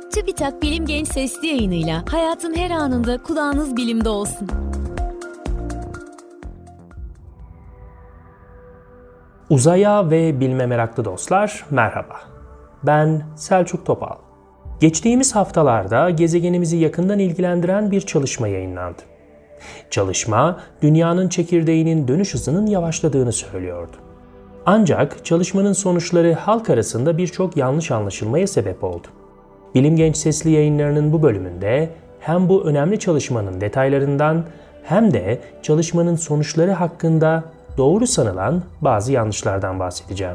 TÜBİTAK Bilim Genç Sesli Yayınıyla hayatın her anında kulağınız bilimde olsun. Uzaya ve bilime meraklı dostlar, merhaba. Ben Selçuk Topal. Geçtiğimiz haftalarda gezegenimizi yakından ilgilendiren bir çalışma yayınlandı. Çalışma, dünyanın çekirdeğinin dönüş hızının yavaşladığını söylüyordu. Ancak çalışmanın sonuçları halk arasında birçok yanlış anlaşılmaya sebep oldu. Bilim Genç Sesli Yayınları'nın bu bölümünde hem bu önemli çalışmanın detaylarından hem de çalışmanın sonuçları hakkında doğru sanılan bazı yanlışlardan bahsedeceğim.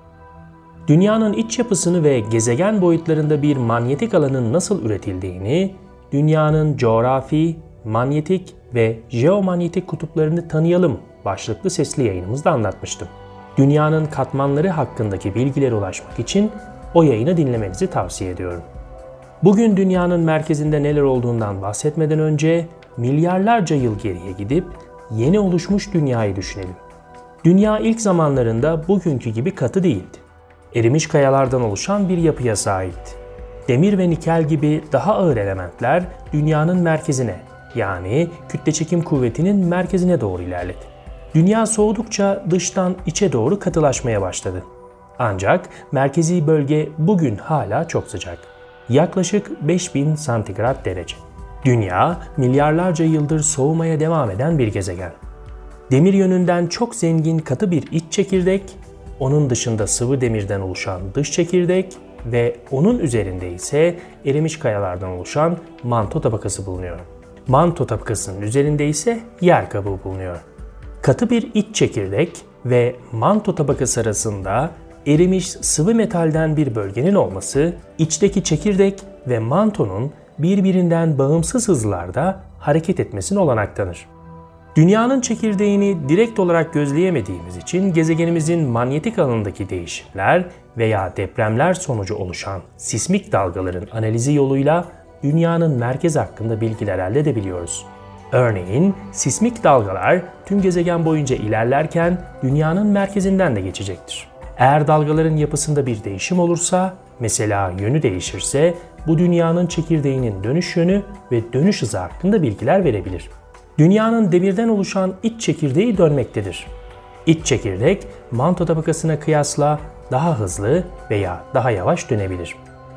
Dünyanın iç yapısını ve gezegen boyutlarında bir manyetik alanın nasıl üretildiğini, dünyanın coğrafi, manyetik ve jeomanyetik kutuplarını tanıyalım başlıklı sesli yayınımızda anlatmıştım. Dünyanın katmanları hakkındaki bilgilere ulaşmak için o yayını dinlemenizi tavsiye ediyorum. Bugün dünyanın merkezinde neler olduğundan bahsetmeden önce milyarlarca yıl geriye gidip yeni oluşmuş dünyayı düşünelim. Dünya ilk zamanlarında bugünkü gibi katı değildi. Erimiş kayalardan oluşan bir yapıya sahipti. Demir ve nikel gibi daha ağır elementler dünyanın merkezine, yani kütle çekim kuvvetinin merkezine doğru ilerledi. Dünya soğudukça dıştan içe doğru katılaşmaya başladı. Ancak merkezi bölge bugün hala çok sıcak. Yaklaşık 5000 santigrat derece. Dünya milyarlarca yıldır soğumaya devam eden bir gezegen. Demir yönünden çok zengin katı bir iç çekirdek, onun dışında sıvı demirden oluşan dış çekirdek ve onun üzerinde ise erimiş kayalardan oluşan manto tabakası bulunuyor. Manto tabakasının üzerinde ise yer kabuğu bulunuyor. Katı bir iç çekirdek ve manto tabakası arasında erimiş sıvı metalden bir bölgenin olması, içteki çekirdek ve mantonun birbirinden bağımsız hızlarda hareket etmesine olanak tanır. Dünyanın çekirdeğini direkt olarak gözleyemediğimiz için gezegenimizin manyetik alanındaki değişimler veya depremler sonucu oluşan sismik dalgaların analizi yoluyla dünyanın merkezi hakkında bilgiler elde edebiliyoruz. Örneğin sismik dalgalar tüm gezegen boyunca ilerlerken dünyanın merkezinden de geçecektir. Eğer dalgaların yapısında bir değişim olursa, mesela yönü değişirse, bu dünyanın çekirdeğinin dönüş yönü ve dönüş hızı hakkında bilgiler verebilir. Dünyanın demirden oluşan iç çekirdeği dönmektedir. İç çekirdek, manto tabakasına kıyasla daha hızlı veya daha yavaş dönebilir.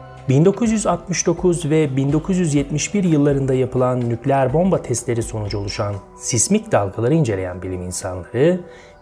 1969 ve 1971 yıllarında yapılan nükleer bomba testleri sonucu oluşan sismik dalgaları inceleyen bilim insanları,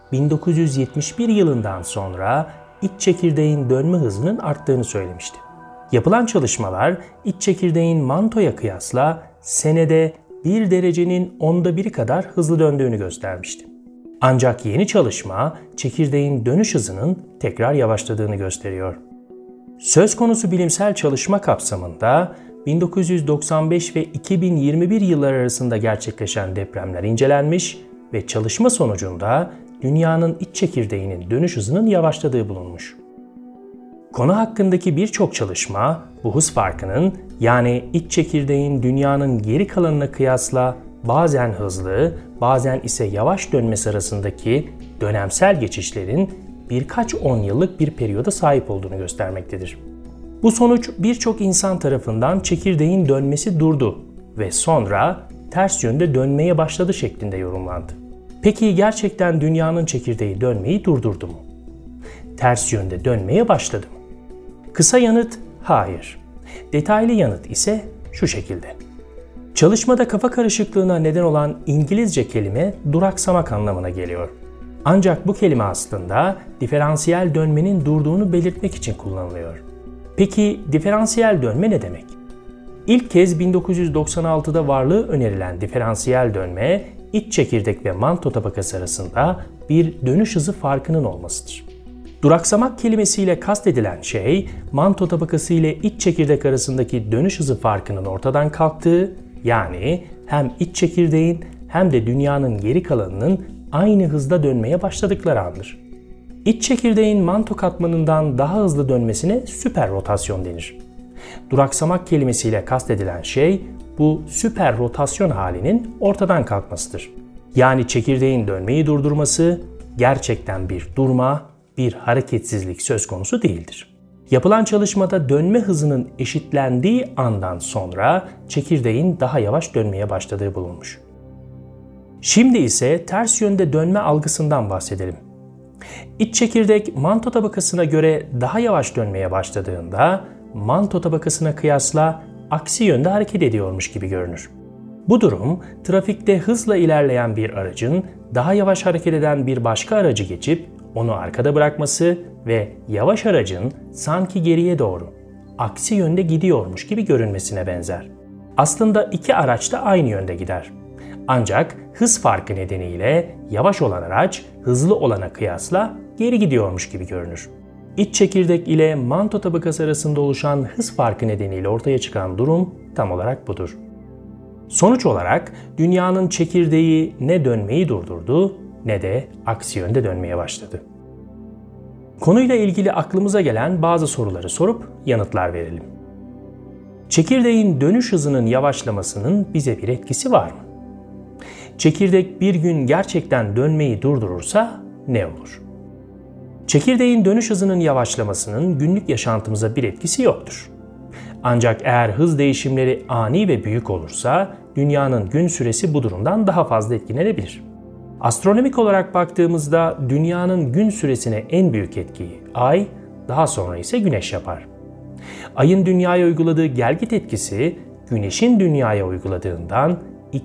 1971 yılından sonra iç çekirdeğin dönme hızının arttığını söylemişti. Yapılan çalışmalar iç çekirdeğin mantoya kıyasla senede 1 derecenin 1/10 kadar hızlı döndüğünü göstermişti. Ancak yeni çalışma çekirdeğin dönüş hızının tekrar yavaşladığını gösteriyor. Söz konusu bilimsel çalışma kapsamında 1995 ve 2021 yılları arasında gerçekleşen depremler incelenmiş ve çalışma sonucunda dünyanın iç çekirdeğinin dönüş hızının yavaşladığı bulunmuş. Konu hakkındaki birçok çalışma bu hız farkının, yani iç çekirdeğin dünyanın geri kalanına kıyasla bazen hızlı, bazen ise yavaş dönmesi arasındaki dönemsel geçişlerin birkaç 10 yıllık bir periyoda sahip olduğunu göstermektedir. Bu sonuç birçok insan tarafından çekirdeğin dönmesi durdu ve sonra ters yönde dönmeye başladı şeklinde yorumlandı. Peki gerçekten dünyanın çekirdeği dönmeyi durdurdu mu? Ters yönde dönmeye başladı mı? Kısa yanıt hayır. Detaylı yanıt ise şu şekilde. Çalışmada kafa karışıklığına neden olan İngilizce kelime duraksamak anlamına geliyor. Ancak bu kelime aslında diferansiyel dönmenin durduğunu belirtmek için kullanılıyor. Peki diferansiyel dönme ne demek? İlk kez 1996'da varlığı önerilen diferansiyel dönme, iç çekirdek ve manto tabakası arasında bir dönüş hızı farkının olmasıdır. Duraksamak kelimesiyle kastedilen şey, manto tabakası ile iç çekirdek arasındaki dönüş hızı farkının ortadan kalktığı, yani hem iç çekirdeğin hem de dünyanın geri kalanının aynı hızda dönmeye başladıkları andır. İç çekirdeğin manto katmanından daha hızlı dönmesine süper rotasyon denir. Duraksamak kelimesiyle kastedilen şey, bu süper rotasyon halinin ortadan kalkmasıdır. Yani çekirdeğin dönmeyi durdurması gerçekten bir durma, bir hareketsizlik söz konusu değildir. Yapılan çalışmada dönme hızının eşitlendiği andan sonra çekirdeğin daha yavaş dönmeye başladığı bulunmuş. Şimdi ise ters yönde dönme algısından bahsedelim. İç çekirdek manto tabakasına göre daha yavaş dönmeye başladığında manto tabakasına kıyasla aksi yönde hareket ediyormuş gibi görünür. Bu durum trafikte hızla ilerleyen bir aracın daha yavaş hareket eden bir başka aracı geçip onu arkada bırakması ve yavaş aracın sanki geriye doğru aksi yönde gidiyormuş gibi görünmesine benzer. Aslında iki araç da aynı yönde gider. Ancak hız farkı nedeniyle yavaş olan araç hızlı olana kıyasla geri gidiyormuş gibi görünür. İç çekirdek ile manto tabakası arasında oluşan hız farkı nedeniyle ortaya çıkan durum tam olarak budur. Sonuç olarak dünyanın çekirdeği ne dönmeyi durdurdu ne de aksi yönde dönmeye başladı. Konuyla ilgili aklımıza gelen bazı soruları sorup yanıtlar verelim. Çekirdeğin dönüş hızının yavaşlamasının bize bir etkisi var mı? Çekirdek bir gün gerçekten dönmeyi durdurursa ne olur? Çekirdeğin dönüş hızının yavaşlamasının günlük yaşantımıza bir etkisi yoktur. Ancak eğer hız değişimleri ani ve büyük olursa dünyanın gün süresi bu durumdan daha fazla etkilenebilir. Astronomik olarak baktığımızda dünyanın gün süresine en büyük etkiyi Ay, daha sonra ise Güneş yapar. Ayın dünyaya uyguladığı gelgit etkisi Güneş'in dünyaya uyguladığından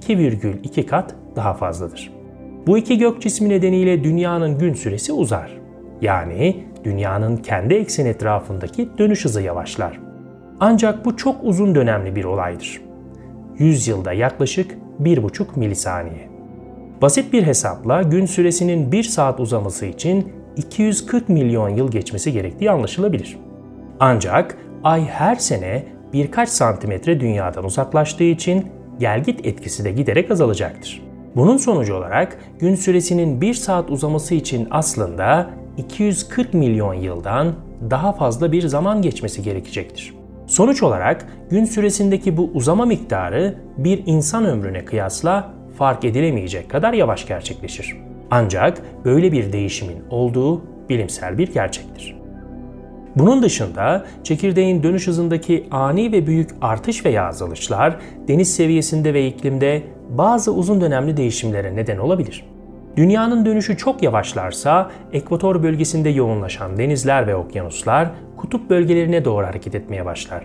2,2 kat daha fazladır. Bu iki gök cismi nedeniyle dünyanın gün süresi uzar. Yani dünyanın kendi ekseni etrafındaki dönüş hızı yavaşlar. Ancak bu çok uzun dönemli bir olaydır. 100 yılda yaklaşık 1,5 milisaniye. Basit bir hesapla gün süresinin 1 saat uzaması için 240 milyon yıl geçmesi gerektiği anlaşılabilir. Ancak Ay her sene birkaç santimetre dünyadan uzaklaştığı için gelgit etkisi de giderek azalacaktır. Bunun sonucu olarak gün süresinin 1 saat uzaması için aslında 240 milyon yıldan daha fazla bir zaman geçmesi gerekecektir. Sonuç olarak gün süresindeki bu uzama miktarı bir insan ömrüne kıyasla fark edilemeyecek kadar yavaş gerçekleşir. Ancak böyle bir değişimin olduğu bilimsel bir gerçektir. Bunun dışında çekirdeğin dönüş hızındaki ani ve büyük artış veya azalışlar deniz seviyesinde ve iklimde bazı uzun dönemli değişimlere neden olabilir. Dünyanın dönüşü çok yavaşlarsa ekvator bölgesinde yoğunlaşan denizler ve okyanuslar kutup bölgelerine doğru hareket etmeye başlar.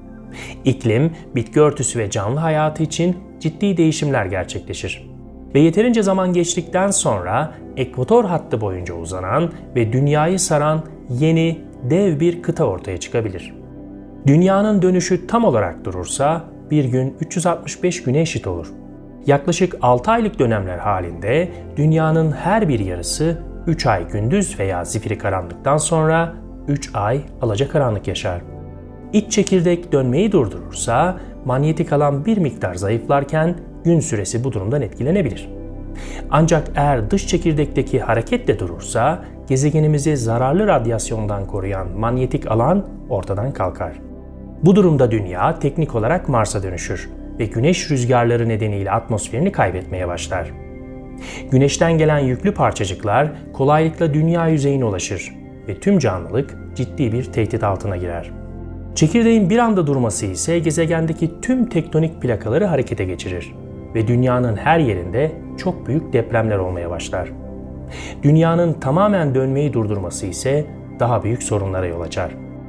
İklim, bitki örtüsü ve canlı hayatı için ciddi değişimler gerçekleşir. Ve yeterince zaman geçtikten sonra ekvator hattı boyunca uzanan ve dünyayı saran yeni dev bir kıta ortaya çıkabilir. Dünyanın dönüşü tam olarak durursa bir gün 365 güne eşit olur. Yaklaşık 6 aylık dönemler halinde dünyanın her bir yarısı 3 ay gündüz veya zifiri karanlıktan sonra 3 ay alacakaranlık yaşar. İç çekirdek dönmeyi durdurursa manyetik alan bir miktar zayıflarken gün süresi bu durumdan etkilenebilir. Ancak eğer dış çekirdekteki hareket de durursa gezegenimizi zararlı radyasyondan koruyan manyetik alan ortadan kalkar. Bu durumda Dünya teknik olarak Mars'a dönüşür ve güneş rüzgarları nedeniyle atmosferini kaybetmeye başlar. Güneşten gelen yüklü parçacıklar kolaylıkla dünya yüzeyine ulaşır ve tüm canlılık ciddi bir tehdit altına girer. Çekirdeğin bir anda durması ise gezegendeki tüm tektonik plakaları harekete geçirir ve dünyanın her yerinde çok büyük depremler olmaya başlar. Dünyanın tamamen dönmeyi durdurması ise daha büyük sorunlara yol açar.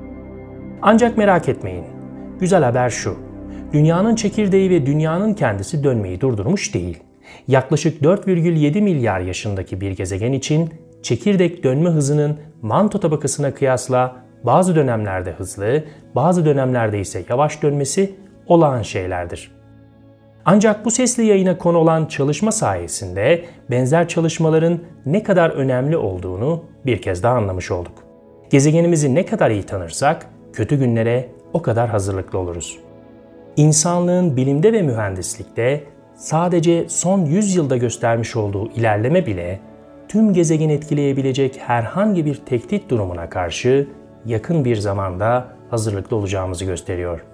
Ancak merak etmeyin, güzel haber şu: dünyanın çekirdeği ve dünyanın kendisi dönmeyi durdurmuş değil. Yaklaşık 4,7 milyar yaşındaki bir gezegen için çekirdek dönme hızının manto tabakasına kıyasla bazı dönemlerde hızlı, bazı dönemlerde ise yavaş dönmesi olağan şeylerdir. Ancak bu sesli yayına konu olan çalışma sayesinde benzer çalışmaların ne kadar önemli olduğunu bir kez daha anlamış olduk. Gezegenimizi ne kadar iyi tanırsak kötü günlere o kadar hazırlıklı oluruz. İnsanlığın bilimde ve mühendislikte sadece son 100 yılda göstermiş olduğu ilerleme bile tüm gezegeni etkileyebilecek herhangi bir tehdit durumuna karşı yakın bir zamanda hazırlıklı olacağımızı gösteriyor.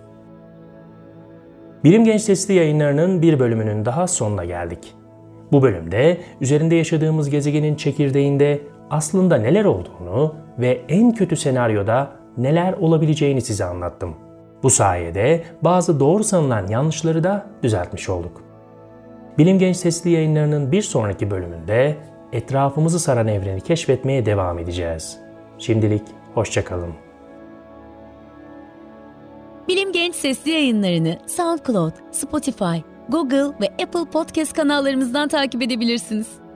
Bilim Genç Sesli yayınlarının bir bölümünün daha sonuna geldik. Bu bölümde üzerinde yaşadığımız gezegenin çekirdeğinde aslında neler olduğunu ve en kötü senaryoda neler olabileceğini size anlattım. Bu sayede bazı doğru sanılan yanlışları da düzeltmiş olduk. Bilim Genç Sesli Yayınları'nın bir sonraki bölümünde etrafımızı saran evreni keşfetmeye devam edeceğiz. Şimdilik hoşça kalın. Bilim Genç Sesli Yayınları'nı SoundCloud, Spotify, Google ve Apple Podcast kanallarımızdan takip edebilirsiniz.